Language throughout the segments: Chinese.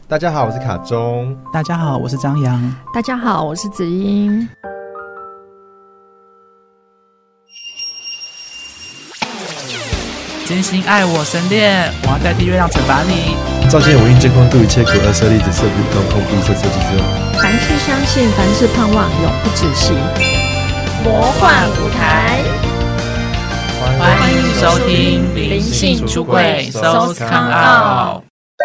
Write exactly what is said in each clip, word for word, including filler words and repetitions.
大家好，我是卡中。 大家好，我是张扬。 大家好，我是子英。 真心爱我神恋，我要代替月亮惩罚你。 照见五运监控度一切苦厄舍利子色不空空不色色即色。 凡事相信，凡事盼望，永不止息。魔幻舞台， 欢迎收听《灵性出柜 So Come Out》。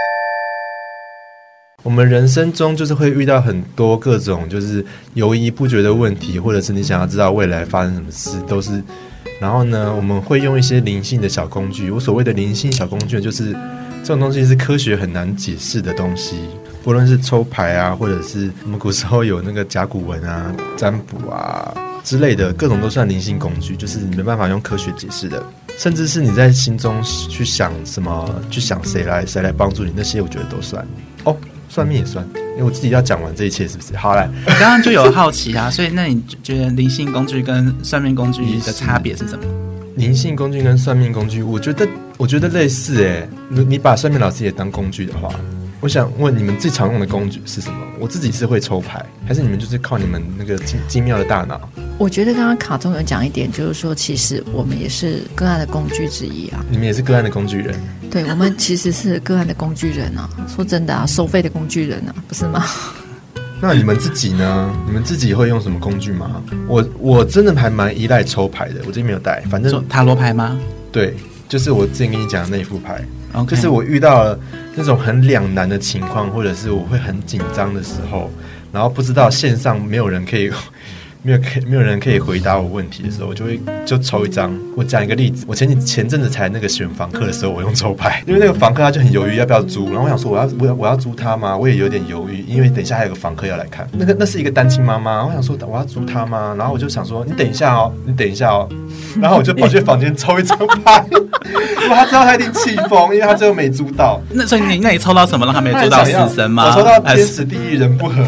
我们人生中就是会遇到很多各种就是犹疑不决的问题，或者是你想要知道未来发生什么事，都是。然后呢，我们会用一些灵性的小工具。我所谓的灵性小工具，就是这种东西是科学很难解释的东西。不论是抽牌啊，或者是我们古时候有那个甲骨文啊、占卜啊之类的，各种都算灵性工具，就是你没办法用科学解释的。甚至是你在心中去想什么，去想谁来谁来帮助你，那些我觉得都算。哦，算命也算，因为我自己要讲完这一切，是不是？好来， 我刚刚就有好奇啊，所以那你觉得灵性工具跟算命工具的差别是什么？ 灵性工具跟算命工具，我觉得我觉得类似诶。你你把算命老师也当工具的话，我想问你们最常用的工具是什么？我自己是会抽牌，还是你们就是靠你们那个精精妙的大脑？ 我觉得刚刚卡中有讲一点，就是说其实我们也是个案的工具之一啊。 你们也是个案的工具人？ 对，我们其实是个案的工具人啊。说真的啊，收费的工具人啊，不是吗？ 那你们自己呢？你们自己会用什么工具吗？我我真的还蛮依赖抽牌的，我这边没有带，反正塔罗牌吗？ 对，就是我之前跟你讲的那一副牌。 Okay. 就是我遇到了那种很两难的情况，或者是我会很紧张的时候，然后不知道线上没有人可以没有没有人可以回答我问题的时候，我就会就抽一张。我讲一个例子，我前前阵子才那个选房客的时候，我用抽牌，因为那个房客他就很犹豫要不要租，然后我想说我要我要我要租他吗？我也有点犹豫，因为等一下还有个房客要来看，那个那是一个单亲妈妈，我想说我要租他吗？然后我就想说你等一下哦，你等一下哦，然后我就跑去房间抽一张牌，因为他知道他一定气疯，因为他最后没租到。 那所以你那你抽到什么让他没租到死神吗？ 我抽到天时地利人不和。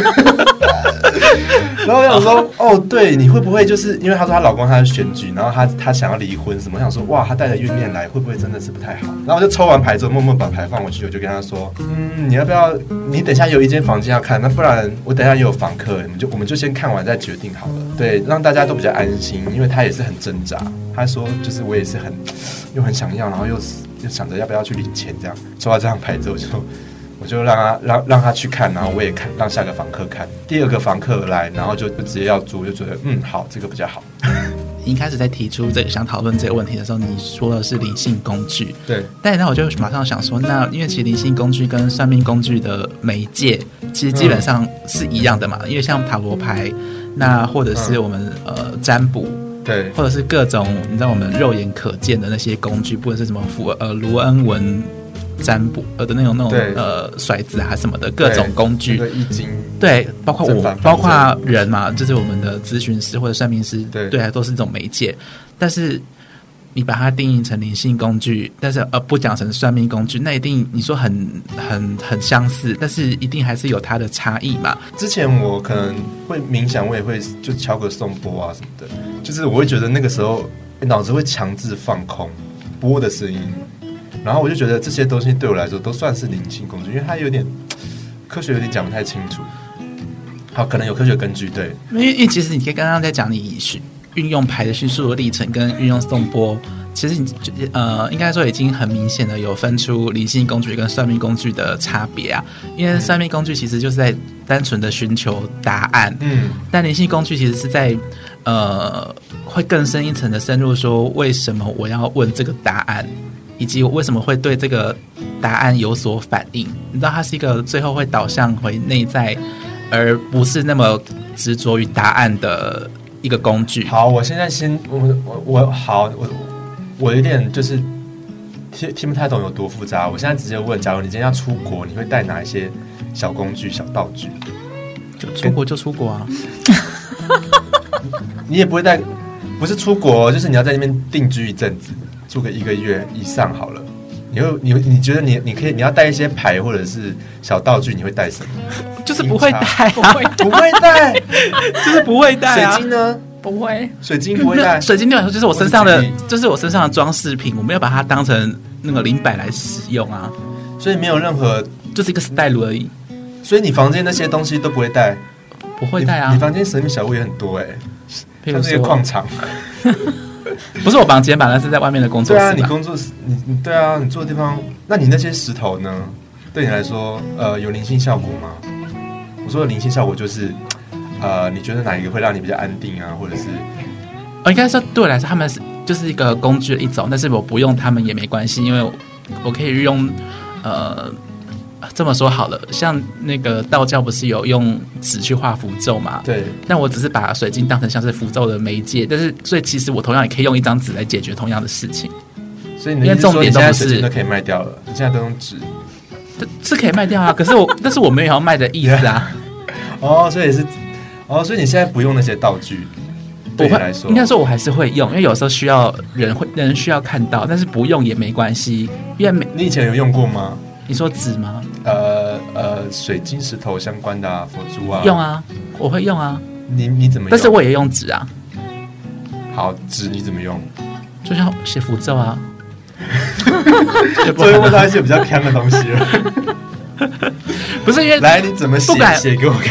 然后我想说，哦，对，你会不会就是因为她说她老公她选举，然后她她想要离婚什么？我想说，哇，她带着怨念来，会不会真的是不太好？然后我就抽完牌之后，默默把牌放回去，我就跟她说，嗯，你要不要？你等一下有一间房间要看，那不然我等一下也有房客，我们就我们就先看完再决定好了。对，让大家都比较安心，因为她也是很挣扎。她说，就是我也是很又很想要，然后又又想着要不要去领钱这样。抽到这张牌之后就。我就让他让让他去看，然后我也看，让下个房客看。第二个房客来，然后就直接要租，就觉得嗯好，这个比较好。 一开始在提出这个想讨论这个问题的时候，你说的是灵性工具， 对。 但那我就马上想说，那因为其实灵性工具跟算命工具的媒介其实基本上是一样的嘛，嗯、因为像塔罗牌，那或者是我们、嗯、呃占卜。 对， 或者是各种你知道我们肉眼可见的那些工具，不管是什么符呃卢恩文占卜呃的那种那种呃骰子啊什么的各种工具， 对，易经， 对，包括我，包括人嘛，就是我们的咨询师或者算命师，对，对，都是这种媒介。但是你把它定义成灵性工具，但是呃不讲成算命工具，那一定你说很很很相似，但是一定还是有它的差异嘛。 之前我可能会冥想，我也会就敲个颂钵啊什么的，就是我会觉得那个时候脑子会强制放空钵的声音。然后我就觉得这些东西对我来说都算是灵性工具，因为它有点科学有点讲不太清楚。好，可能有科学根据，对。 因为因为其实你可以刚刚在讲你运用牌的叙述的历程跟运用颂钵，其实你呃应该说已经很明显的有分出灵性工具跟算命工具的差别啊。因为算命工具其实就是在单纯的寻求答案，嗯，但灵性工具其实是在呃会更深一层的深入说为什么我要问这个答案。以及我为什么会对这个答案有所反应？你知道，它是一个最后会导向回内在，而不是那么执着于答案的一个工具。 好，我现在先我我我好我我有点就是听听不太懂有多复杂。我现在直接问，假如你今天要出国，你会带哪一些小工具、小道具？ 就出国就出国啊！ 你也不会带，不是出国，就是你要在那边定居一阵子。住个一个月以上好了，你会你你觉得你你可以你要带一些牌或者是小道具，你会带什么？ 就是不会带、啊， 不会不会带， 就是不会带、啊。 水晶呢？ 不会， 水晶不会带。 水晶对我来说就是我身上的，就是我身上的装饰品，我没有把它当成那个灵摆来使用啊。 所以没有任何就是一个 style 而已。 所以你房间那些东西都不会带？ 不会带啊。 你, 你房间神秘小物也很多哎、欸，像这个矿场。 不是我房间吧？那是在外面的工作室吧。 对啊，你工作室，你你对啊，你住的地方，那你那些石头呢？对你来说，呃，有灵性效果吗？我说的灵性效果就是，呃，你觉得哪一个会让你比较安定啊，或者是？ 呃，应该说对我来说，他们是就是一个工具的一种，但是我不用他们也没关系，因为我, 我可以用，呃。这么说好了，像那个道教不是有用纸去画符咒嘛？ 对。 但我只是把水晶当成像是符咒的媒介，但是所以其实我同样也可以用一张纸来解决同样的事情。 所以你的意思是说你现在水晶都可以卖掉了，你现在都用纸， 是可以卖掉啊。可是我，但是我没有要卖的意思啊。 哦，所以是，哦，所以你现在不用那些道具。对你来说， 应该说我还是会用，因为有时候需要人会人需要看到，但是不用也没关系，因为没你以前有用过吗？ 你说纸吗？ 呃呃，水晶石头相关的啊，佛珠啊， 用啊，我会用啊。 你你怎么用？ 但是我也用纸啊。 好，纸你怎么用？ 就像写符咒啊。 所以问到一些比较偏的东西了。 不是因为来，你怎么写？写给我看。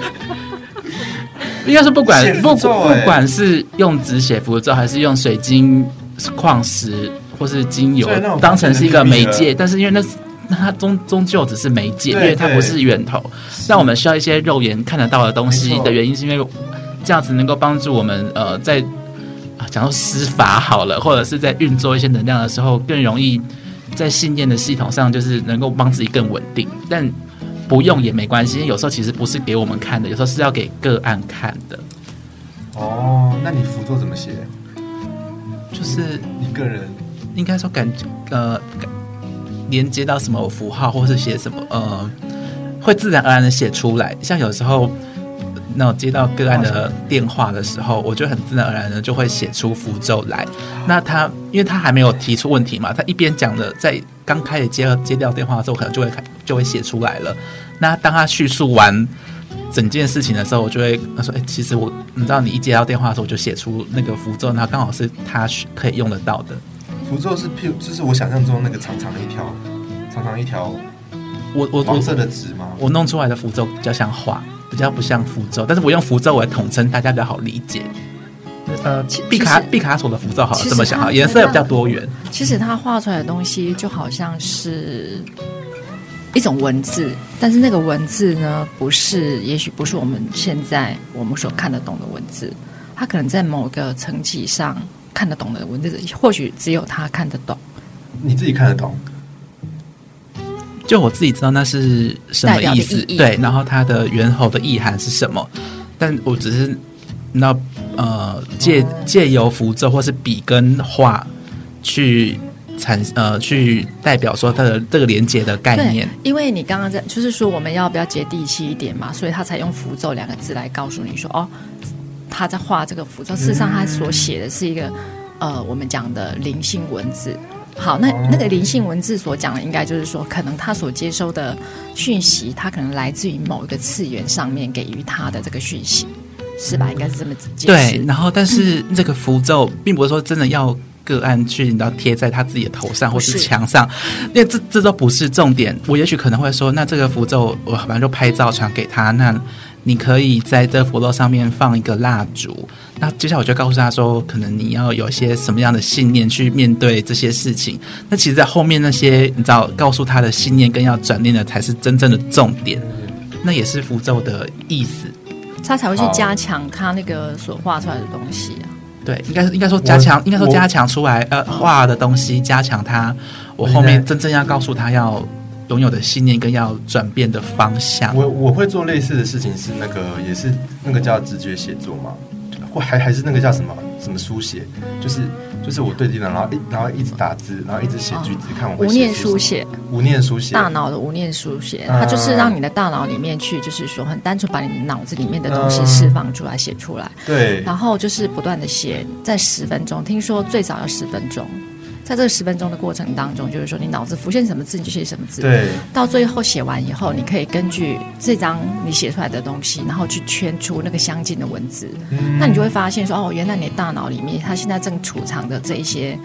应该是不管不不管是用纸写符咒，还是用水晶矿石或是精油当成是一个媒介，但是因为那那它终终究只是媒介，因为它不是源头。但我们需要一些肉眼看得到的东西的原因，是因为这样子能够帮助我们呃在讲到施法好了，或者是在运作一些能量的时候，更容易在信念的系统上，就是能够帮自己更稳定。但不用也没关系，因为有时候其实不是给我们看的，有时候是要给个案看的。 哦，那你符咒怎么写？ 就是一个人应该说感呃连接到什么符号，或是写什么呃，会自然而然的写出来。像有时候那我接到个案的电话的时候，我就很自然而然的就会写出符咒来。那他因为他还没有提出问题嘛，他一边讲的，在刚开始接接掉电话的时候，可能就会就会写出来了。那当他叙述完整件事情的时候，我就会他说：“哎、欸，其实我你知道，你一接到电话的时候，我就写出那个符咒，那刚好是他可以用得到的。” 符咒是譬如就是我想象中那个长长一条、长长一条， 我我黄色的纸吗？ 我弄出来的符咒比较像画，比较不像符咒，但是我用符咒为统称，大家比较好理解。呃，毕卡毕卡索的符咒好了，这么想哈，颜色也比较多元。 其实他画出来的东西就好像是一种文字，但是那个文字呢，不是，也许不是我们现在我们所看得懂的文字，它可能在某个层级上看得懂的文字，或许只有他看得懂。 你自己看得懂？ 就我自己知道那是什么意思， 意义对，然后它的源头的意涵是什么，但我只是那呃借借由符咒或是笔跟画去产呃去代表说它的这个连接的概念。 因为你刚刚在就是说我们要不要接地气一点嘛，所以他才用符咒两个字来告诉你说哦，他在画这个符咒，事实上他所写的是一个呃我们讲的灵性文字。好，那那个灵性文字所讲的，应该就是说，可能他所接收的讯息，他可能来自于某一个次元上面给予他的这个讯息，是吧？应该是这么解释。 对，然后但是这个符咒，并不是说真的要个案去你知道贴在他自己的头上或是墙上，因为这这都不是重点。我也许可能会说，那这个符咒我反正就拍照传给他，那你可以在这符咒上面放一个蜡烛。那接下来我就告诉他说，可能你要有一些什么样的信念去面对这些事情。那其实在后面那些你知道告诉他的信念跟要转念的才是真正的重点，那也是符咒的意思， 他才会去加强他那个所画出来的东西啊。 对，应该应该说加强，应该说加强出来呃画的东西，加强他我后面真正要告诉他要拥有的信念跟要转变的方向。 我我会做类似的事情，是那个也是那个叫直觉写作嘛，或还还是那个叫什么什么书写，就是就是我对电脑，然后然后一直打字，然后一直写句子，哦、看我会写无念书写， 无念书写， 大脑的无念书写，它就是让你的大脑里面去，就是说很单纯把你脑子里面的东西释放出来，写出来。 对， 然后就是不断的写，在十分钟，听说最少要十分钟。在这个十分钟的过程当中，就是说你脑子浮现什么字你就写什么字， 对， 到最后写完以后，你可以根据这张你写出来的东西，然后去圈出那个相近的文字、嗯、那你就会发现说哦，原来你的大脑里面它现在正储藏的这一些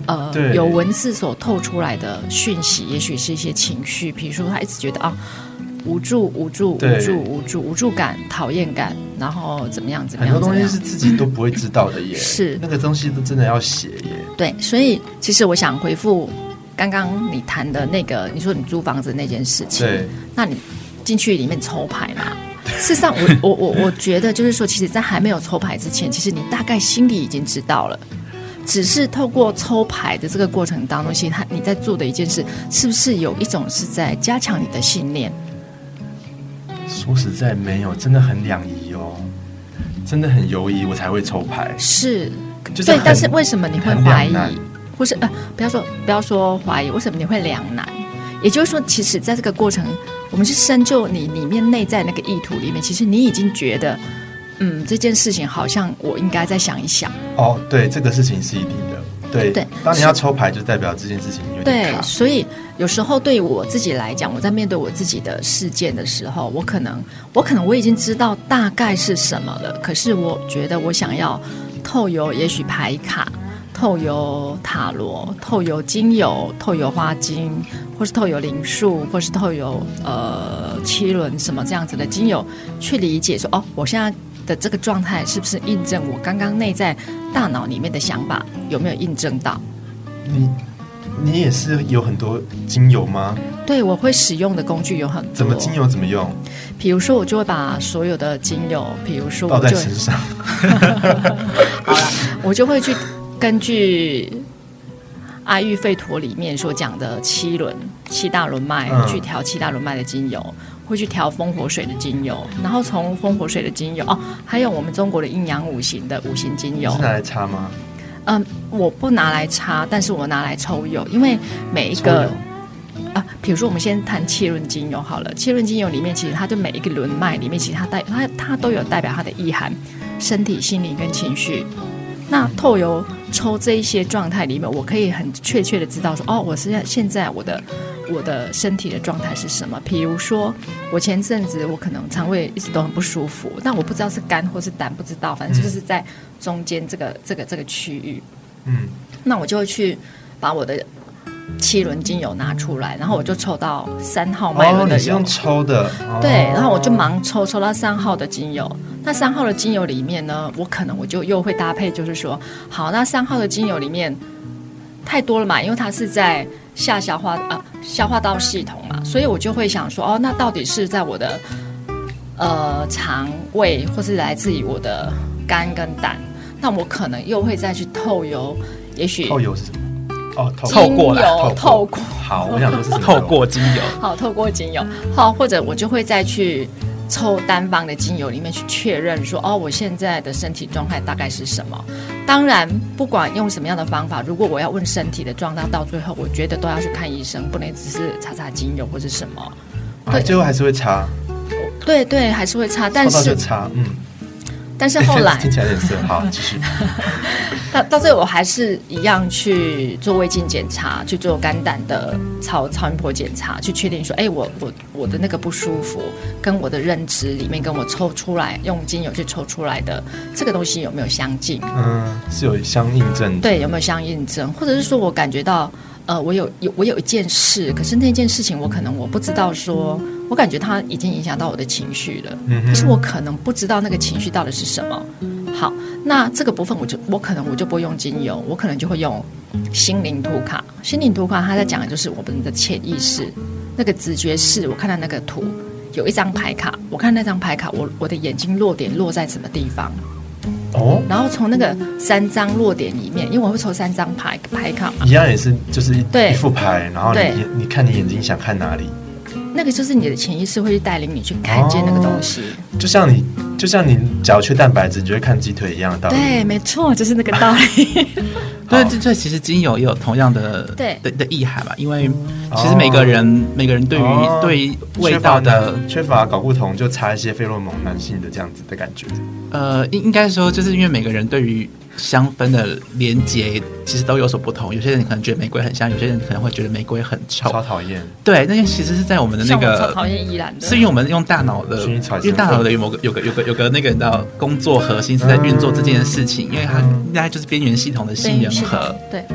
呃有文字所透出来的讯息，也许是一些情绪，比如说他一直觉得啊无助无助无助无助无助感、讨厌感，然后怎么样怎么样， 很多东西是自己都不会知道的耶。 是那个东西都真的要写耶。对， 所以其实我想回复刚刚你谈的那个，你说你租房子那件事情， 对， 那你进去里面抽牌嘛？事实上我，我我我我觉得就是说，其实，在还没有抽牌之前，其实你大概心里已经知道了，只是透过抽牌的这个过程当中，其实他你在做的一件事，是不是有一种是在加强你的信念？ 说实在没有，真的很两疑哦，真的很犹疑，我才会抽牌。 是， 就是对，但是为什么你会怀疑，或是呃，不要说不要说怀疑，为什么你会两难？也就是说，其实在这个过程，我们去深究你里面内在那个意图里面，其实你已经觉得，嗯，这件事情好像我应该再想一想。 哦，对，这个事情是一定的。对对，当你要抽牌，就代表这件事情有点卡。 对，所以有时候对我自己来讲，我在面对我自己的事件的时候，我可能，我可能我已经知道大概是什么了，可是我觉得我想要透由也许牌卡，透由塔罗，透由精油，透由花精，或是透由灵数，或是透由呃七轮什么这样子的精油，去理解说，哦，我现在的这个状态是不是印证我刚刚内在大脑里面的想法有没有印证到？ 你你也是有很多精油吗？ 对，我会使用的工具有很多。 怎么精油怎么用？ 比如说，我就会把所有的精油，比如说我就倒在身上。 好了，我就会去根据阿育吠陀里面所讲的七轮、七大轮脉， 嗯、 去调七大轮脉的精油。会去调风火水的精油，然后从风火水的精油哦，还有我们中国的阴阳五行的五行精油， 是拿来擦吗？ 嗯，我不拿来擦，但是我拿来抽油，因为每一个啊，比如说我们先谈七轮精油好了，七轮精油里面其实它对每一个轮脉里面，其实它代它它都有代表它的意涵，身体、心灵跟情绪。那透由抽这一些状态里面，我可以很确切的知道说，哦，我现在现在我的我的身体的状态是什么？比如说，我前阵子我可能肠胃一直都很不舒服，但我不知道是肝或是胆，不知道，反正就是在中间这个这个这个区域。嗯，那我就会去把我的七轮精油拿出来，然后我就抽到三号脉轮的油。哦， 你是用抽的？哦、 对，然后我就盲抽，抽到三号的精油。那三号的精油里面呢，我可能我就又会搭配，就是说，好，那三号的精油里面太多了嘛，因为它是在下消化啊、呃、消化道系统嘛，所以我就会想说，哦，那到底是在我的呃肠胃，或是来自于我的肝跟胆？那我可能又会再去透油，也许透油是什么？哦， 透过来， 透过。 好，我想说是什么？ 透过精油。 好，透过精油。好，或者我就会再去抽单方的精油里面去确认说，哦，我现在的身体状态大概是什么？当然，不管用什么样的方法，如果我要问身体的状态，到最后我觉得都要去看医生，不能只是擦擦精油或者什么。 啊，最后还是会擦。 对对，还是会擦，但是抽到就擦，嗯。 但是后来听起来有点色，好，继续。 到到最后我还是一样去做胃镜检查，去做肝胆的超超音波检查，去确定说，哎，我我我的那个不舒服跟我的认知里面跟我抽出来用精油去抽出来的这个东西有没有相近？ 嗯，是有相印证的。 对，有没有相印证？或者是说我感觉到，呃，我有有我有一件事，可是那件事情我可能我不知道说。我感觉它已经影响到我的情绪了，嗯，可是我可能不知道那个情绪到底是什么。好，那这个部分我就我可能我就不会用精油，我可能就会用心灵图卡。心灵图卡它在讲的就是我们的潜意识，那个直觉是我看到那个图有一张牌卡，我看那张牌卡，我我的眼睛落点落在什么地方。哦，然后从那个三张落点里面，因为我会抽三张牌牌卡嘛， 一样也是就是一, 一副牌，然后 你, 你看你眼睛想看哪里。 那个就是你的潜意识会去带领你去看见那个东西， 哦、就像你，就像你假如缺蛋白质，你就会看鸡腿一样的道理。 对，没错，就是那个道理。 对，这这其实精油也有同样的对的, 的意涵嘛，因为其实每个人、哦、每个人对于、哦、对于味道的缺乏睾固酮，就擦一些费洛蒙男性的这样子的感觉。 呃，应应该说，就是因为每个人对于香氛的连结其实都有所不同，有些人可能觉得玫瑰很香，有些人可能会觉得玫瑰很臭， 超讨厌。 对，那些其实是在我们的那个超讨厌依兰的， 是因为我们用大脑的，因为大脑的有某个有个有个有个那个你知道工作核心是在运作这件事情，嗯、因为它应该就是边缘系统的杏仁核。 对， 嗯，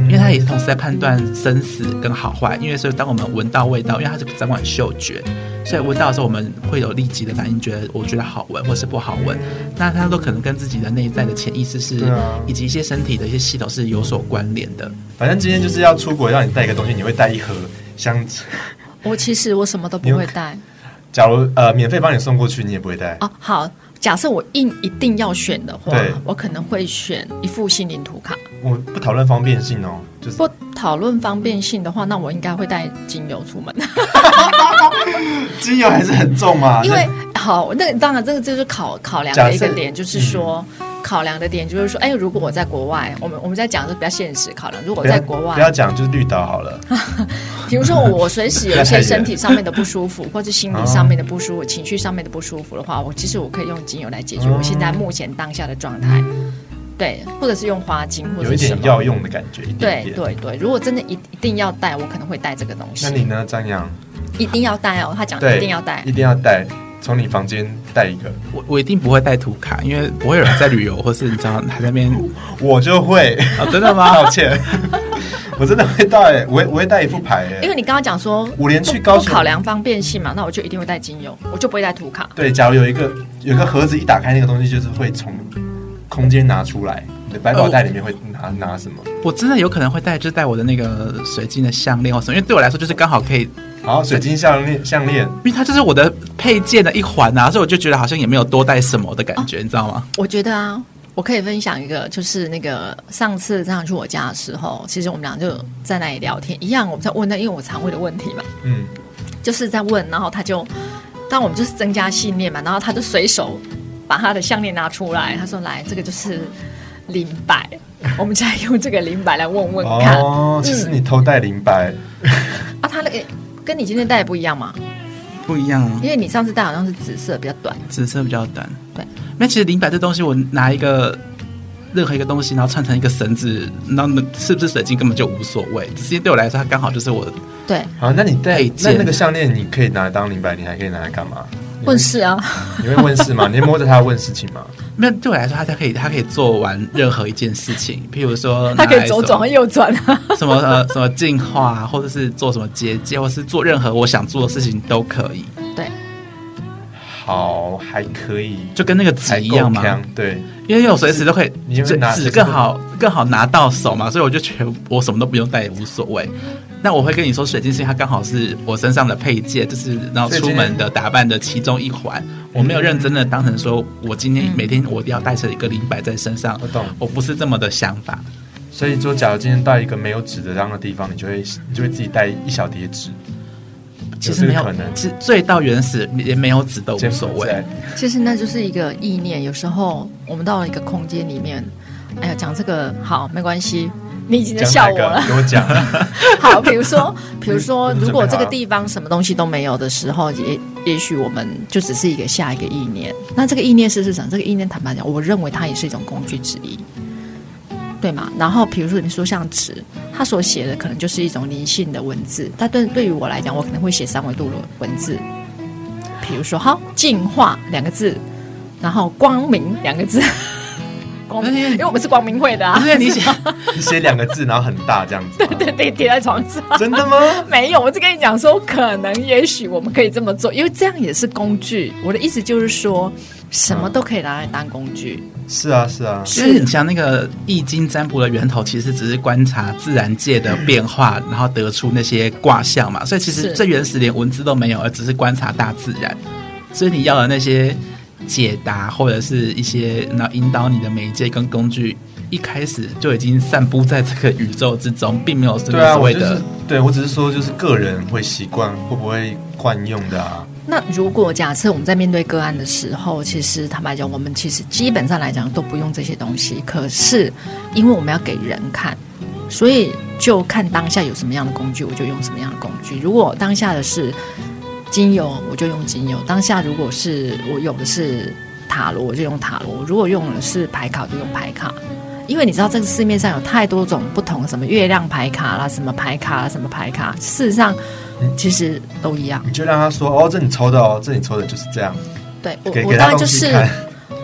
因为它也同时在判断生死跟好坏。因为所以当我们闻到味道，因为它是掌管嗅觉，所以闻到的时候我们会有立即的反应，觉得我觉得好闻或是不好闻。那它都可能跟自己的内在的潜意识是，啊、以及一些身体的一些系统是有所关联的。 反正今天就是要出国，让你带一个东西，你会带一盒香。 我其实我什么都不会带。 假如呃免费帮你送过去，你也不会带哦。好，假设我硬一定要选的话，我可能会选一副心灵图卡。 我不讨论方便性哦，就是不讨论方便性的话，那我应该会带精油出门。 精油还是很重嘛？ 因为好，那当然这个就是考考量的一个点，就是说。嗯考量的点就是说，哎，如果我在国外，我们我们在讲的是比较现实考量。如果我在国外， 不要讲就是绿岛好了。 比如说我随时有一些身体上面的不舒服，或者心理上面的不舒服、情绪上面的不舒服的话，我其实我可以用精油来解决我现在目前当下的状态。对，或者是用花精，或者是有一点药用的感觉。一点点对对对，如果真的一一定要带，我可能会带这个东西。 那你呢，张扬？ 一定要带哦，他讲一定要带， 一定要带。从你房间带一个， 我我一定不会带图卡，因为不会有人在旅游，或是你知道还在那边， 我就会啊、哦，真的吗？ 抱歉，我真的会带，我会我会带一副牌， 因为你刚刚讲说， 我连去高雄考量方便性嘛，那我就一定会带精油，我就不会带图卡。 对，假如有一个有一个盒子，一打开那个东西就是会从空间拿出来，你的百宝袋里面会拿、呃、拿什么？ 我真的有可能会带，就是带我的那个水晶的项链或什么，因为对我来说就是刚好可以。 好，水晶项链，项链， 因为它就是我的配件的一环啊，所以我就觉得好像也没有多带什么的感觉，哦、你知道吗？ 我觉得啊，我可以分享一个，就是那个上次这样去我家的时候，其实我们俩就在那里聊天，一样我们在问那，因为我常问的问题嘛，嗯，就是在问，然后他就，当我们就是增加信念嘛，然后他就随手把他的项链拿出来，他说：“来，这个就是灵摆，我们再用这个灵摆来问问看。” 哦，其实你偷带灵摆、 嗯、啊，他那个。跟你今天戴的不一样吗？ 不一样啊， 因为你上次戴好像是紫色，比较短。 紫色比较短， 对。 那其实灵摆这东西，我拿一个任何一个东西，然后串成一个绳子，那是不是水晶根本就无所谓。只是对我来说，它刚好就是我的。 对。 好，那你戴那那个项链，你可以拿来当灵摆，你还可以拿来干嘛？ 问世啊！ 你会问世吗？你会摸着它问事情吗？ 没有，对我来说，它可以，它可以做完任何一件事情，譬如说， 它可以左转和右转啊， 什么呃什么净化，或者是做什么结界，或是做任何我想做的事情都可以。 对， 好，还可以， 就跟那个纸一样嘛。 对， 因为我随时都可以， 纸更好更好拿到手嘛，所以我就觉得我什么都不用带也无所谓。那我会跟你说，水晶是它刚好是我身上的配件，就是然后出门的打扮的其中一环。我没有认真的当成说，我今天每天我一定要带着一个灵摆在身上。 我懂， 我不是这么的想法。 所以说，假如今天到一个没有纸的这样的地方，你就会你就会自己带一小叠纸。 其实没有可能，其实最到原始连没有纸都无所谓。 其实那就是一个意念。有时候我们到了一个空间里面，哎呀，讲这个好没关系。你已经在笑我了， 给我讲。 好，比如说，比如说，如果这个地方什么东西都没有的时候，也也许我们就只是一个下一个意念。那这个意念是是什么？这个意念坦白讲，我认为它也是一种工具之一，对吗？然后，比如说你说像纸，它所写的可能就是一种灵性的文字，但对对于我来讲，我可能会写三维度的文字，比如说好净化两个字，然后光明两个字。光明，因为我们是光明会的啊。 对，你写你写两个字，然后很大这样子。 对对对，贴在床上。 真的吗？ 没有，我是跟你讲说，可能也许我们可以这么做，因为这样也是工具。我的意思就是说，什么都可以拿来当工具。 嗯、是啊，是啊。 因为你像那个易经占卜的源头，其实只是观察自然界的变化，然后得出那些卦象嘛。所以其实最原始连文字都没有，而只是观察大自然。所以你要的那些解答或者是一些那引导你的媒介跟工具，一开始就已经散布在这个宇宙之中，并没有什么所谓的。 对啊，我就是对我只是说，就是个人会习惯，会不会惯用的啊？ 那如果假设我们在面对个案的时候，其实坦白讲，我们其实基本上来讲都不用这些东西。可是因为我们要给人看，所以就看当下有什么样的工具，我就用什么样的工具。如果当下的是精油，我就用精油；当下如果是我用的是塔罗，我就用塔罗；如果用的是牌卡，我就用牌卡。因为你知道这个市面上有太多种不同，什么月亮牌卡啦，什么牌卡啦，什么牌卡，事实上其实都一样。 你就让他说哦，这你抽的哦，这你抽的就是这样。 对，我我当然就是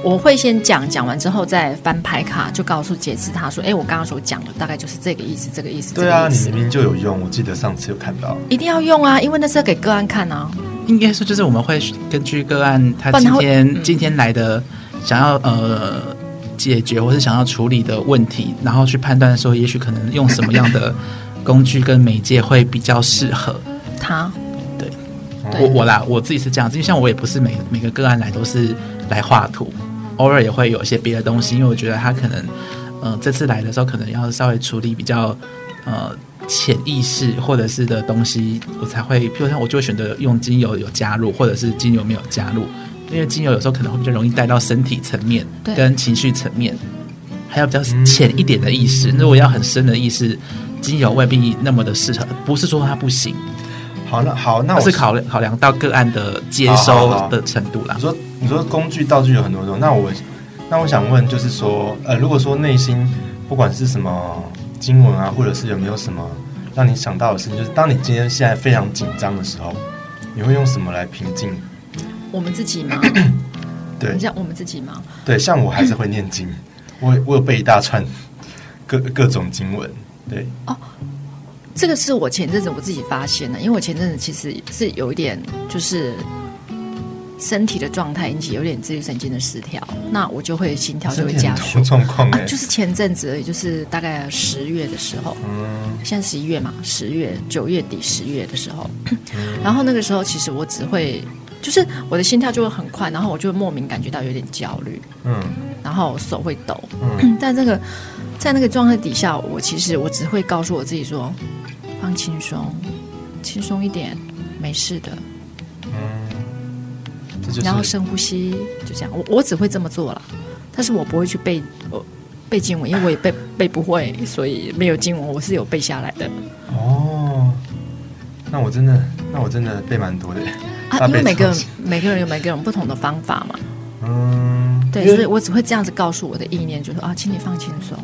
我会先讲，讲完之后再翻牌卡，就告诉解释他说：“哎，我刚刚所讲的大概就是这个意思，这个意思。” 对啊， 这个意思你明明就有用，我记得上次有看到。 一定要用啊，因为那是要给个案看啊。 应该说，就是我们会根据个案他今天、嗯、今天来的想要呃解决或是想要处理的问题，然后去判断说，也许可能用什么样的工具跟媒介会比较适合他。 对，我我啦，我自己是这样子，因为像我也不是每每个个案来都是来画图。偶尔也会有一些别的东西，因为我觉得他可能，呃，这次来的时候可能要稍微处理比较，呃，潜意识或者是的东西，我才会，譬如像我就会选择用精油有加入，或者是精油没有加入，因为精油有时候可能会比较容易带到身体层面跟情绪层面，还有比较浅一点的意识。如果要很深的意识，精油未必那么的适合，不是说它不行。 好，那好，那我是考考量到个案的接收的程度啦。 你说你说工具道具有很多种，那我那我想问，就是说，呃，如果说内心不管是什么经文啊，或者是有没有什么让你想到的事情，就是当你今天现在非常紧张的时候，你会用什么来平静？ 我们自己吗？ 对， 你像我们自己吗？ 对，像我还是会念经，我我有背一大串各各种经文，对。 哦。这个是我前阵子我自己发现的，因为我前阵子其实是有一点就是身体的状态引起有点自律神经的失调，那我就会心跳就会加速。 状况哎， 就是前阵子而已，就是大概十月的时候，嗯，现在十一月嘛，十月九月底十月的时候，嗯、然后那个时候其实我只会就是我的心跳就会很快，然后我就会莫名感觉到有点焦虑，嗯，然后手会抖，嗯，但这个在那个状态底下，我其实我只会告诉我自己说。放轻松，轻松一点，没事的。嗯，这就是、然后深呼吸，就这样。我我只会这么做了，但是我不会去背我背经文，因为我也背背不会，所以没有经文我是有背下来的。 哦，那我真的，那我真的背蛮多的啊，因为每个人每个人有每个人不同的方法嘛。嗯，对，所以我只会这样子告诉我的意念，就是啊，请你放轻松。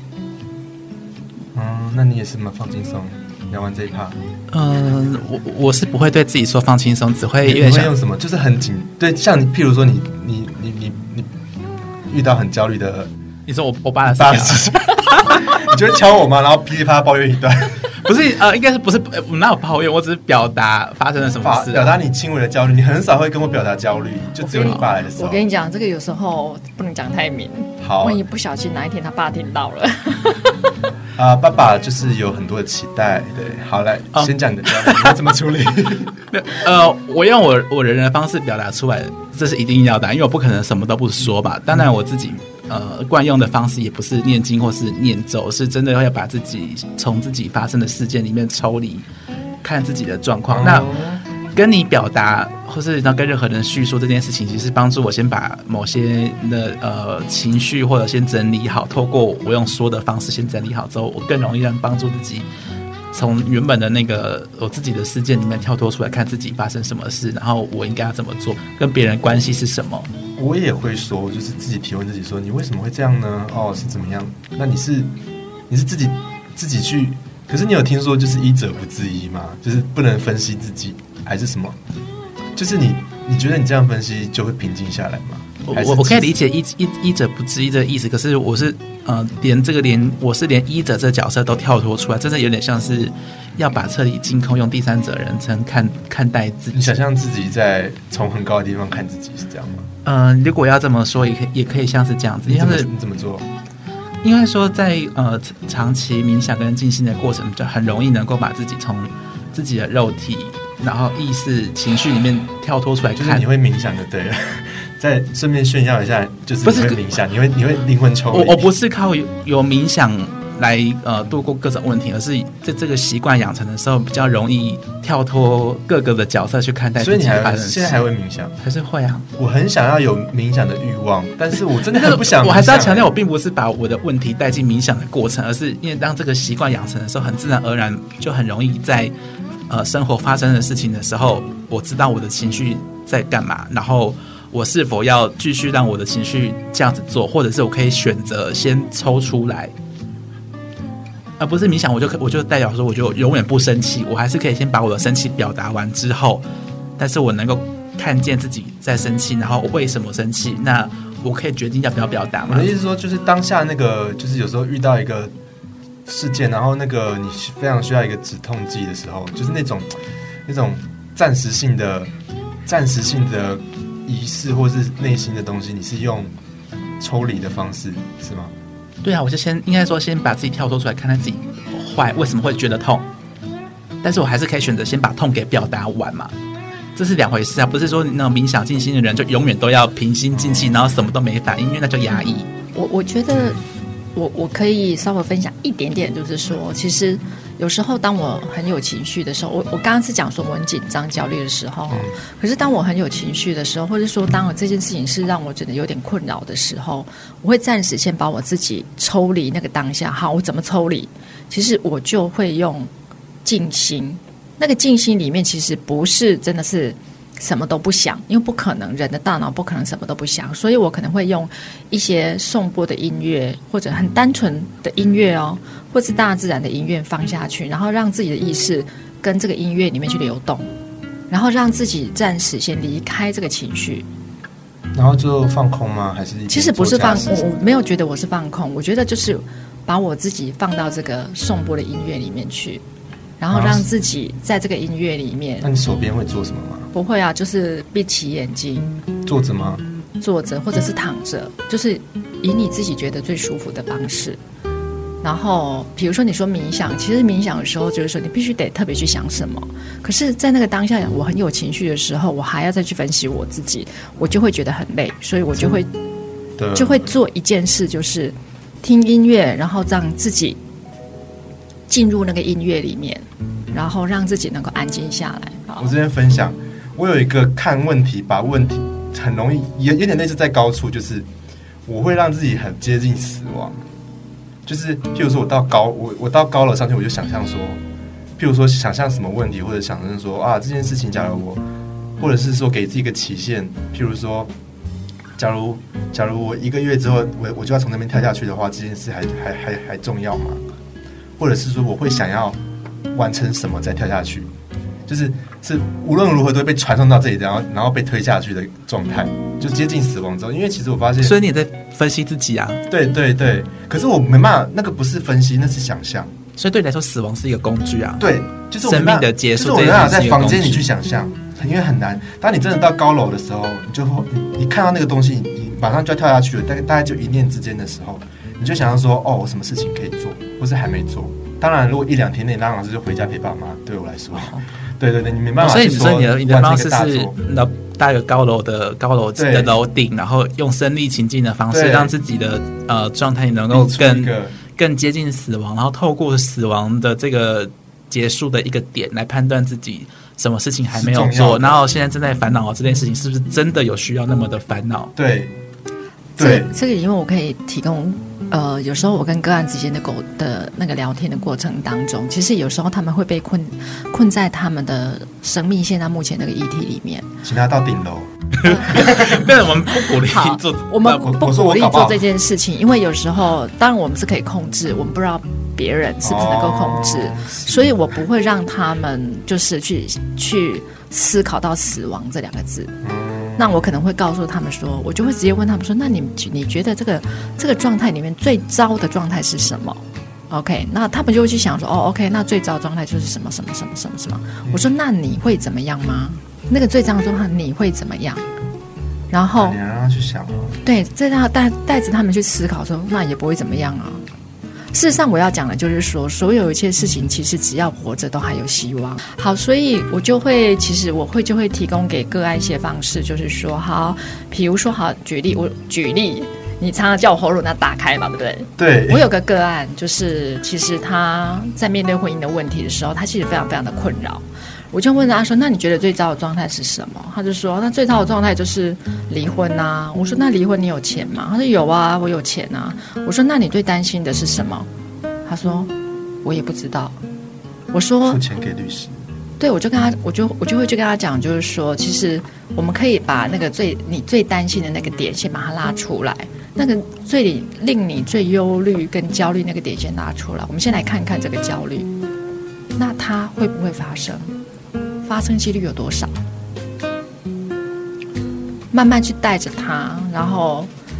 嗯，那你也是吗？放轻松。聊完这一趴， 嗯，我我是不会对自己说放轻松，只会你会用什么？就是很紧，对，像你，譬如说你你你你你遇到很焦虑的， 你说我我爸的事情， 你就会敲我吗？然后噼里啪啦抱怨一段？ 不是，呃，应该是不是？我哪有抱怨？我只是表达发生了什么事、啊， 表达你轻微的焦虑。你很少会跟我表达焦虑，就只有你爸来的时候。 我跟你讲，这个有时候不能讲太明， 好， 万一不小心哪一天他爸听到了。 啊、呃，爸爸就是有很多的期待，对，好来，哦、先讲你的焦虑，你要怎么处理？ 呃，我用我我人的方式表达出来，这是一定要的，因为我不可能什么都不说吧。当然，我自己呃惯用的方式也不是念经或是念咒，是真的要把自己从自己发生的事件里面抽离，看自己的状况。哦、那跟你表达，或是跟任何人叙述这件事情，其实帮助我先把某些的呃情绪或者先整理好，透过我用说的方式先整理好之后，我更容易让帮助自己从原本的那个我自己的事件里面跳脱出来，看自己发生什么事，然后我应该要怎么做，跟别人关系是什么。 我也会说，就是自己提问自己说，你为什么会这样呢？哦，是怎么样？那你是你是自己自己去，可是你有听说就是医者不自医吗？就是不能分析自己。还是什么？就是你，你觉得你这样分析就会平静下来吗？ 我我可以理解医医医者不知医这个意思，可是我是呃，连这个连我是连医者这个角色都跳脱出来，真的有点像是要把彻底净空，用第三者人称看看待自己。 你想象自己在从很高的地方看自己是这样吗？ 嗯、呃，如果要这么说，也可以也可以像是这样子。 你怎么是你怎么做？ 应该说在呃长期冥想跟静心的过程，就很容易能够把自己从自己的肉体。然后意识、情绪里面跳脱出来看， 就是你会冥想就对了。再顺便炫耀一下，就是你会冥想，你会你会灵魂抽离。 我我不是靠有有冥想来呃度过各种问题，而是在这个习惯养成的时候，比较容易跳脱各个的角色去看待自己发生的事。所以你还现在还会冥想？还是会啊。 我很想要有冥想的欲望，但是我真的很不想冥想。 我还是要强调，我并不是把我的问题带进冥想的过程，而是因为当这个习惯养成的时候，很自然而然就很容易在。呃，生活发生的事情的时候，我知道我的情绪在干嘛，然后我是否要继续让我的情绪这样子做，或者是我可以选择先抽出来，而不是冥想，我就我就代表说我就永远不生气，我还是可以先把我的生气表达完之后，但是我能够看见自己在生气，然后为什么生气，那我可以决定要不要表达吗？ 我的意思说，就是当下那个，就是有时候遇到一个事件，然后那个你非常需要一个止痛剂的时候，就是那种那种暂时性的、暂时性的仪式或是内心的东西，你是用抽离的方式，是吗？ 对啊，我就先应该说先把自己跳脱出来，看看自己坏为什么会觉得痛，但是我还是可以选择先把痛给表达完嘛。这是两回事啊，不是说那种冥想静心的人就永远都要平心静气，然后什么都没反应，因为那叫压抑。 我我觉得我我可以稍微分享一点点，就是说，其实有时候当我很有情绪的时候，我我刚刚是讲说我很紧张、焦虑的时候，嗯、可是当我很有情绪的时候，或者说当我这件事情是让我觉得有点困扰的时候，我会暂时先把我自己抽离那个当下。好，我怎么抽离？其实我就会用静心。那个静心里面其实不是真的是什么都不想，因为不可能，人的大脑不可能什么都不想，所以我可能会用一些颂钵的音乐，或者很单纯的音乐哦，或是大自然的音乐放下去，然后让自己的意识跟这个音乐里面去流动，然后让自己暂时先离开这个情绪。 然后就放空吗？还是其实不是放空，我没有觉得我是放空，我觉得就是把我自己放到这个颂钵的音乐里面去。然后让自己在这个音乐里面。 那你手边会做什么吗？ 不会啊，就是闭起眼睛， 坐着吗？ 坐着或者是躺着，就是以你自己觉得最舒服的方式。然后比如说你说冥想，其实冥想的时候就是说你必须得特别去想什么，可是在那个当下我很有情绪的时候，我还要再去分析我自己，我就会觉得很累，所以我就会就会做一件事，就是听音乐，然后让自己进入那个音乐里面，然后让自己能够安静下来。 我这边分享，我有一个看问题，把问题很容易，也有点类似在高处，就是我会让自己很接近死亡。就是譬如说我到高我我到高楼上去，我就想象说，譬如说想象什么问题，或者想象说啊这件事情，假如我，或者是说给自己一个期限，譬如说，假如假如我一个月之后，我我就要从那边跳下去的话，这件事还还还还重要吗？或者是说我会想要完成什么再跳下去，就是是无论如何都会被传送到这里，然后然后被推下去的状态，就接近死亡之后。因为其实我发现， 所以你也在分析自己啊。 对对对，可是我没办法，那个不是分析，那是想象。 所以对你来说，死亡是一个工具啊。 对，就是我生命的结束， 就是我没办法在房间里去想象，因为很难。当你真的到高楼的时候，你就会你你看到那个东西，你你马上就要跳下去了，大概大概就一念之间的时候。你就想要说，哦，我什么事情可以做，或是还没做。当然，如果一两天内，当然是就回家陪爸妈。对我来说，哦、对对对，你没办法去说。 所以，所以你的你的方式是那搭一个高楼的高楼的楼顶，然后用身临其境的方式，让自己的呃状态能够更更接近死亡，然后透过死亡的这个结束的一个点来判断自己什么事情还没有做，然后现在正在烦恼这件事情是不是真的有需要那么的烦恼？ 对， 对，这个因为我可以提供。呃，有时候我跟个案之间的狗的那个聊天的过程当中，其实有时候他们会被困困在他们的生命现在目前那个议题里面， 请他到顶楼。 但我们不鼓励做， 我们不鼓励做这件事情，因为有时候当然我们是可以控制，我们不知道别人是不是能够控制，哦、所以我不会让他们就是去去思考到死亡这两个字。嗯，那我可能会告诉他们说，我就会直接问他们说，那你你觉得这个这个状态里面最糟的状态是什么 ？OK， 那他们就会去想说，哦 ，OK， 那最糟的状态就是什么什么什么什么什么。嗯、我说，那你会怎么样吗？那个最糟的状态你会怎么样？然后你让他去想啊， 对，再让带带着他们去思考说，那也不会怎么样啊。事实上我要讲的就是说，所有一切事情其实只要活着都还有希望。好，所以我就会其实我会就会提供给个案一些方式，就是说好，比如说好举例，我举例你常常叫我喉咙那打开嘛，对不对？ 对， 我有个个案，就是其实他在面对婚姻的问题的时候，他其实非常非常的困扰。我就问他说，那你觉得最糟的状态是什么？他就说，那最糟的状态就是离婚啊。我说，那离婚你有钱吗？他说有啊，我有钱啊。我说，那你最担心的是什么？他说我也不知道。我说付钱给律师。 对，我就跟他，我就我就会去跟他讲，就是说，其实我们可以把那个最你最担心的那个点先把它拉出来，那个最令你最忧虑跟焦虑那个点先拉出来。我们先来看看这个焦虑，那它会不会发生？发生几率有多少？慢慢去带着他，然后